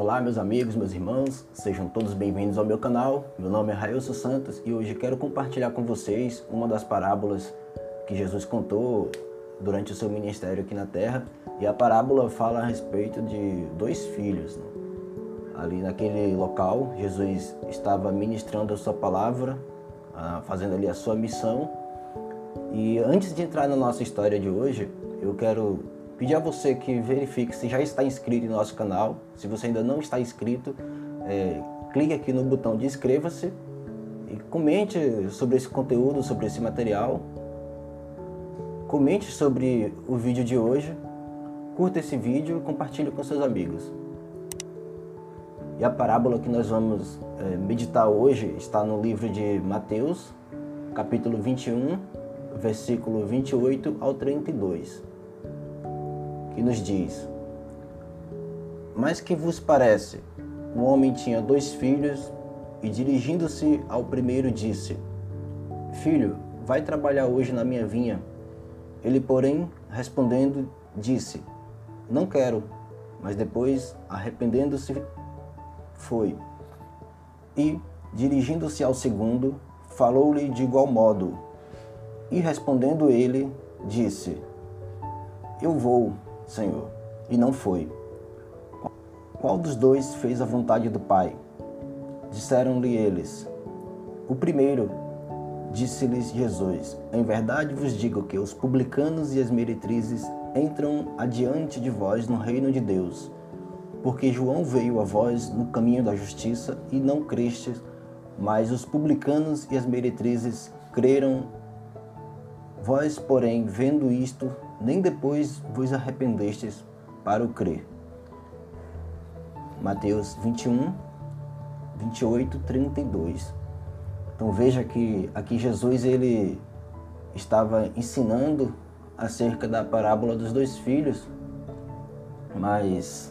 Olá meus amigos, meus irmãos, sejam todos bem-vindos ao meu canal. Meu nome é Railson Santos e hoje quero compartilhar com vocês uma das parábolas que Jesus contou durante o seu ministério aqui na Terra. E a parábola fala a respeito de dois filhos. Ali naquele local, Jesus estava ministrando a sua palavra, fazendo ali a sua missão. E antes de entrar na nossa história de hoje, eu quero pedir a você que verifique se já está inscrito em nosso canal. Se você ainda não está inscrito, clique aqui no botão de inscreva-se e comente sobre esse conteúdo, sobre esse material. Comente sobre o vídeo de hoje, curta esse vídeo e compartilhe com seus amigos. E a parábola que nós vamos meditar hoje está no livro de Mateus, capítulo 21, versículo 28 ao 32. Que nos diz: Mas que vos parece? Um homem tinha 2 filhos e, dirigindo-se ao primeiro, disse: Filho, vai trabalhar hoje na minha vinha. Ele, porém, respondendo, disse: Não quero. Mas depois, arrependendo-se, foi. E, dirigindo-se ao segundo, falou-lhe de igual modo. E, respondendo ele, disse: Eu vou, Senhor, e não foi. Qual dos dois fez a vontade do Pai? Disseram-lhe eles: O primeiro. Disse-lhes Jesus: Em verdade vos digo que os publicanos e as meretrizes entram adiante de vós no reino de Deus. Porque João veio a vós no caminho da justiça e não crestes, mas os publicanos e as meretrizes creram. Vós, porém, vendo isto, nem depois vos arrependestes para o crer. Mateus 21, 28, 32. Então veja que aqui Jesus ele estava ensinando acerca da parábola dos 2 filhos, mas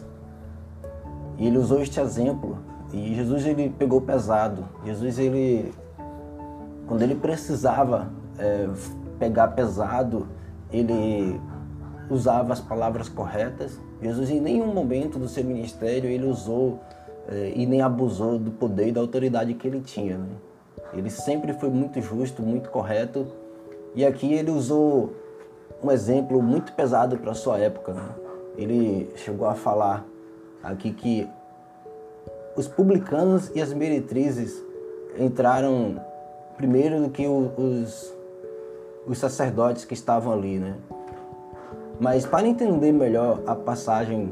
ele usou este exemplo e Jesus ele pegou pesado. Jesus ele, quando ele precisava pegar pesado, ele usava as palavras corretas. Jesus em nenhum momento do seu ministério ele usou e nem abusou do poder e da autoridade que ele tinha, né? Ele sempre foi muito justo, muito correto. E aqui ele usou um exemplo muito pesado para a sua época, né? Ele chegou a falar aqui que os publicanos e as meretrizes entraram primeiro do que os sacerdotes que estavam ali, né? Mas para entender melhor a passagem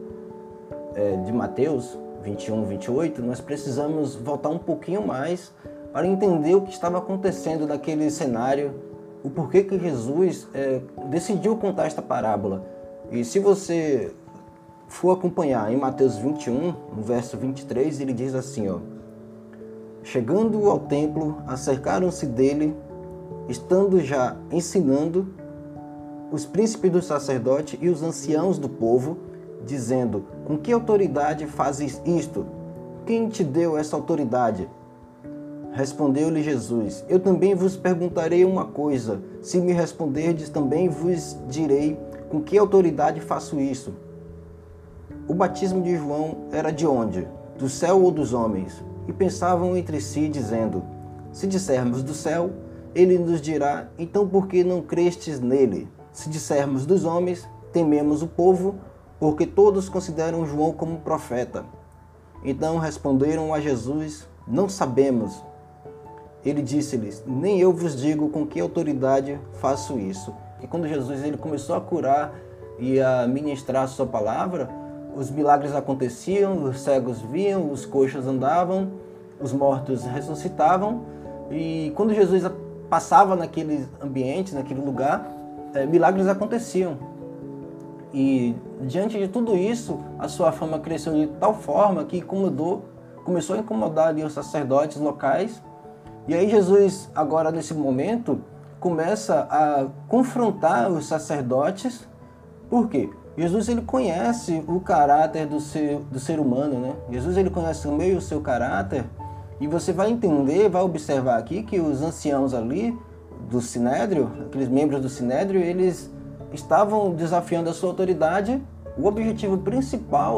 de Mateus 21, 28, nós precisamos voltar um pouquinho mais para entender o que estava acontecendo naquele cenário, o porquê que Jesus decidiu contar esta parábola. E se você for acompanhar em Mateus 21, no verso 23, ele diz assim, ó: Chegando ao templo, acercaram-se dele, estando já ensinando, os príncipes dos sacerdotes e os anciãos do povo, dizendo: Com que autoridade fazes isto? Quem te deu essa autoridade? Respondeu-lhe Jesus: Eu também vos perguntarei uma coisa. Se me responderdes, também vos direi com que autoridade faço isso. O batismo de João era de onde? Do céu ou dos homens? E pensavam entre si, dizendo: Se dissermos do céu, ele nos dirá: Então por que não crestes nele? Se dissermos dos homens, tememos o povo, porque todos consideram João como profeta. Então responderam a Jesus: Não sabemos. Ele disse-lhes: Nem eu vos digo com que autoridade faço isso. E quando Jesus ele começou a curar e a ministrar a sua palavra, os milagres aconteciam, os cegos viam, os coxos andavam, os mortos ressuscitavam. E quando Jesus passava naqueles ambientes, naquele lugar, milagres aconteciam. E diante de tudo isso, a sua fama cresceu de tal forma que começou a incomodar ali os sacerdotes locais. E aí Jesus, agora nesse momento, começa a confrontar os sacerdotes. Por quê? Jesus ele conhece o caráter do ser humano, né? Jesus ele conhece o meu e o seu caráter. E você vai entender, vai observar aqui que os anciãos ali do Sinédrio, aqueles membros do Sinédrio, eles estavam desafiando a sua autoridade. O objetivo principal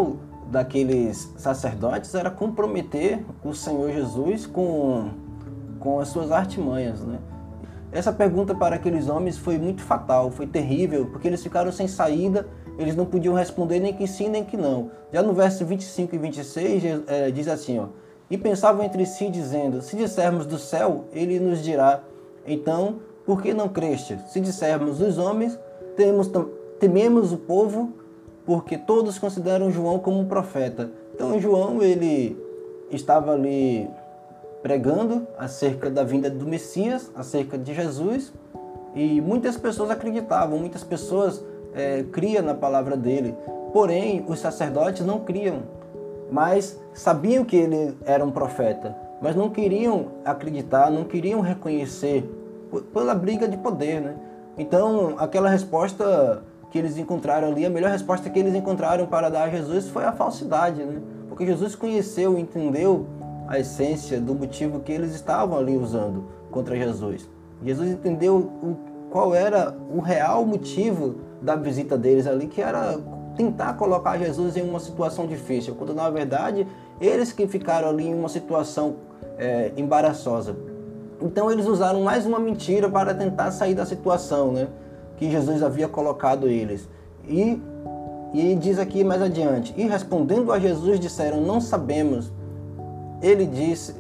daqueles sacerdotes era comprometer o Senhor Jesus com as suas artimanhas, né? Essa pergunta para aqueles homens foi muito fatal, foi terrível, porque eles ficaram sem saída, eles não podiam responder nem que sim, nem que não. Já no verso 25 e 26 diz assim, ó, e pensavam entre si, dizendo, se dissermos do céu, ele nos dirá, então, por que não creste? Se dissermos dos homens, tememos o povo, porque todos consideram João como um profeta. Então João, ele estava ali pregando acerca da vinda do Messias, acerca de Jesus, e muitas pessoas acreditavam, muitas pessoas criam na palavra dele. Porém, os sacerdotes não criam, mas sabiam que ele era um profeta, mas não queriam acreditar, não queriam reconhecer, pela briga de poder, né? Então, aquela resposta que eles encontraram ali, a melhor resposta que eles encontraram para dar a Jesus foi a falsidade, né? Porque Jesus conheceu, entendeu a essência do motivo que eles estavam ali usando contra Jesus. Jesus entendeu qual era o real motivo da visita deles ali, que era tentar colocar Jesus em uma situação difícil, quando na verdade eles que ficaram ali em uma situação embaraçosa. Então eles usaram mais uma mentira para tentar sair da situação, né, que Jesus havia colocado eles. E diz aqui mais adiante, e respondendo a Jesus disseram, não sabemos. Ele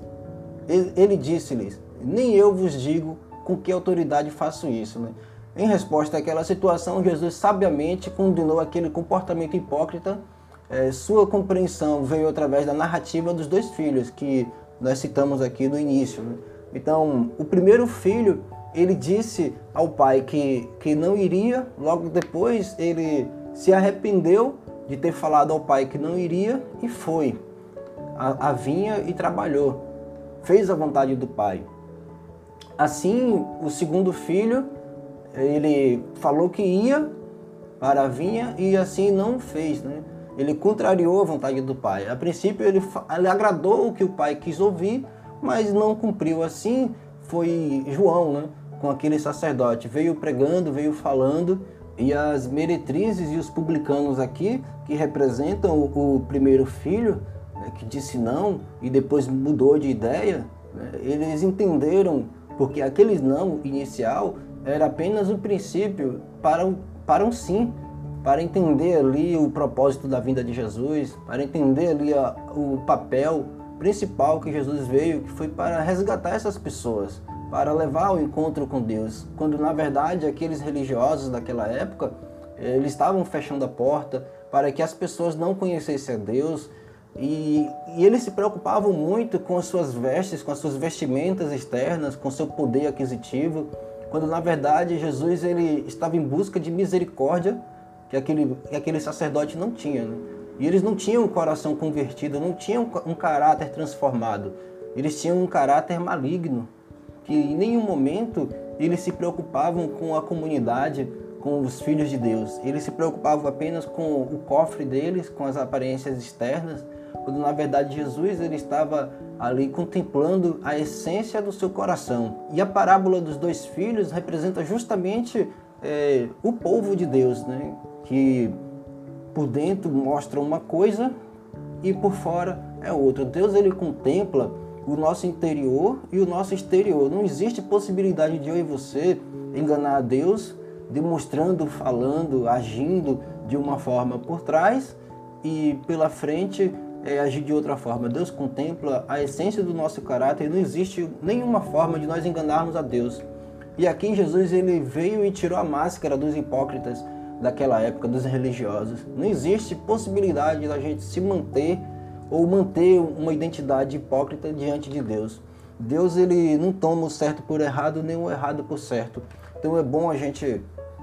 disse-lhes, nem eu vos digo com que autoridade faço isso, né? Em resposta àquela situação, Jesus sabiamente condenou aquele comportamento hipócrita. Sua compreensão veio através da narrativa dos dois filhos, que nós citamos aqui no início, né? Então, o primeiro filho, ele disse ao pai que não iria, logo depois ele se arrependeu de ter falado ao pai que não iria e foi. Vinha e trabalhou, fez a vontade do pai. Assim, o segundo filho, ele falou que ia para a vinha e assim não fez, né? Ele contrariou a vontade do pai. A princípio ele agradou o que o pai quis ouvir, mas não cumpriu. Assim foi João, né? Com aquele sacerdote, veio pregando, veio falando, e as meretrizes e os publicanos aqui, que representam o primeiro filho, que disse não e depois mudou de ideia, né? Eles entenderam, porque aqueles não inicial era apenas o princípio para um sim, para entender ali o propósito da vinda de Jesus, para entender ali o papel principal que Jesus veio, que foi para resgatar essas pessoas, para levar ao encontro com Deus, quando na verdade aqueles religiosos daquela época, eles estavam fechando a porta para que as pessoas não conhecessem a Deus. E eles se preocupavam muito com as suas vestes, com as suas vestimentas externas, com seu poder aquisitivo, quando na verdade Jesus ele estava em busca de misericórdia que aquele sacerdote não tinha, né? E eles não tinham um coração convertido, não tinham um caráter transformado, eles tinham um caráter maligno, que em nenhum momento eles se preocupavam com a comunidade, com os filhos de Deus. Eles se preocupavam apenas com o cofre deles, com as aparências externas, quando na verdade Jesus ele estava ali contemplando a essência do seu coração. E a parábola dos dois filhos representa justamente o povo de Deus, né? Que por dentro mostra uma coisa e por fora é outra. Deus ele contempla o nosso interior e o nosso exterior. Não existe possibilidade de eu e você enganar a Deus, demonstrando, falando, agindo de uma forma por trás e pela frente agir de outra forma. Deus contempla a essência do nosso caráter e não existe nenhuma forma de nós enganarmos a Deus. E aqui Jesus ele veio e tirou a máscara dos hipócritas daquela época, dos religiosos. Não existe possibilidade da gente se manter ou manter uma identidade hipócrita diante de Deus. Deus ele não toma o certo por errado, nem o errado por certo. Então é bom a gente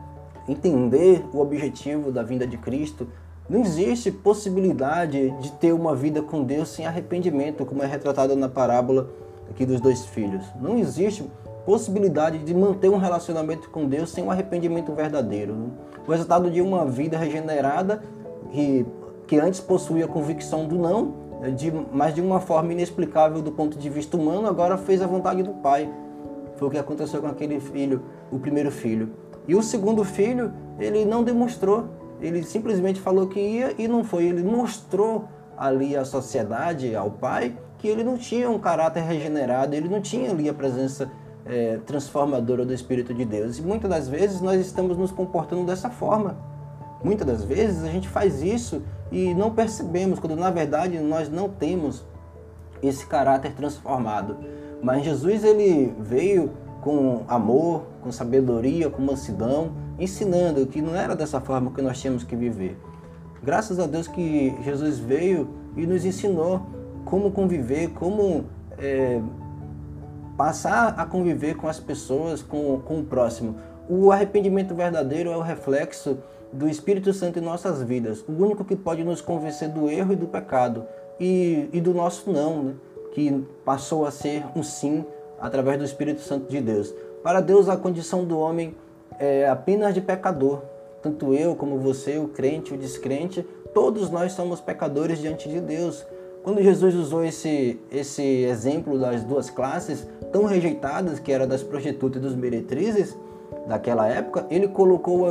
entender o objetivo da vinda de Cristo. Não existe possibilidade de ter uma vida com Deus sem arrependimento, como é retratado na parábola aqui dos dois filhos. Não existe possibilidade de manter um relacionamento com Deus sem um arrependimento verdadeiro, né? O resultado de uma vida regenerada, que antes possuía a convicção do não, mas de uma forma inexplicável do ponto de vista humano, agora fez a vontade do Pai. Foi o que aconteceu com aquele filho, o primeiro filho. E o segundo filho, ele não demonstrou. Ele simplesmente falou que ia e não foi. Ele mostrou ali à sociedade, ao Pai, que ele não tinha um caráter regenerado, ele não tinha ali a presença transformadora do Espírito de Deus. E muitas das vezes nós estamos nos comportando dessa forma. Muitas das vezes a gente faz isso e não percebemos, quando na verdade nós não temos esse caráter transformado. Mas Jesus, ele veio com amor, com sabedoria, com mansidão, ensinando que não era dessa forma que nós tínhamos que viver. Graças a Deus que Jesus veio e nos ensinou como conviver, como passar a conviver com as pessoas, com o próximo. O arrependimento verdadeiro é o reflexo do Espírito Santo em nossas vidas, o único que pode nos convencer do erro e do pecado, e do nosso não, né? Que passou a ser um sim através do Espírito Santo de Deus. Para Deus, a condição do homem é apenas de pecador. Tanto eu como você, o crente, o descrente, todos nós somos pecadores diante de Deus. Quando Jesus usou esse exemplo das duas classes tão rejeitadas, que era das prostitutas e dos meretrizes daquela época, ele colocou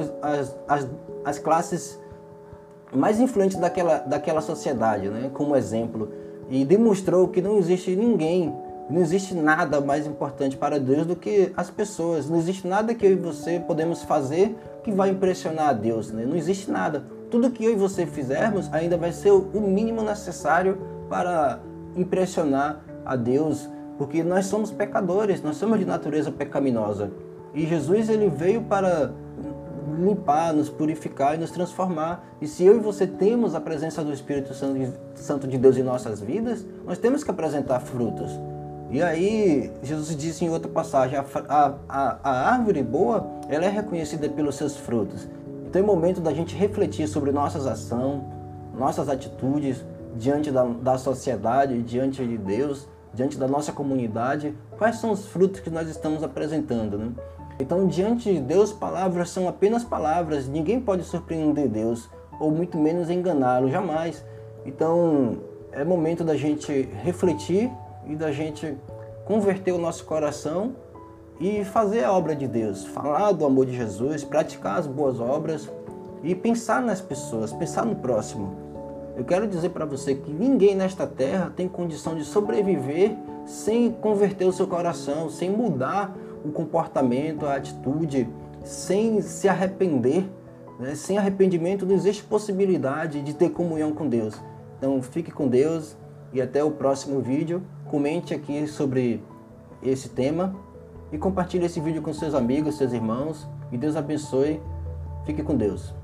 as classes mais influentes daquela sociedade, né, como exemplo, e demonstrou que não existe ninguém, não existe nada mais importante para Deus do que as pessoas. Não existe nada que eu e você podemos fazer que vai impressionar a Deus, né? Não existe nada. Tudo que eu e você fizermos ainda vai ser o mínimo necessário para impressionar a Deus, porque nós somos pecadores, nós somos de natureza pecaminosa. E Jesus, ele veio para limpar, nos purificar e nos transformar. E se eu e você temos a presença do Espírito Santo de Deus em nossas vidas, nós temos que apresentar frutos. E aí, Jesus disse em outra passagem, a árvore boa, ela é reconhecida pelos seus frutos. Então é momento da gente refletir sobre nossas ações, nossas atitudes, diante da sociedade, diante de Deus, diante da nossa comunidade. Quais são os frutos que nós estamos apresentando, né? Então, diante de Deus, palavras são apenas palavras. Ninguém pode surpreender Deus, ou muito menos enganá-lo, jamais. Então, é momento da gente refletir e da gente converter o nosso coração e fazer a obra de Deus, falar do amor de Jesus, praticar as boas obras e pensar nas pessoas, pensar no próximo. Eu quero dizer para você que ninguém nesta terra tem condição de sobreviver sem converter o seu coração, sem mudar o comportamento, a atitude, sem se arrepender, né? Sem arrependimento não existe possibilidade de ter comunhão com Deus. Então fique com Deus e até o próximo vídeo. Comente aqui sobre esse tema e compartilhe esse vídeo com seus amigos, seus irmãos. E Deus abençoe. Fique com Deus.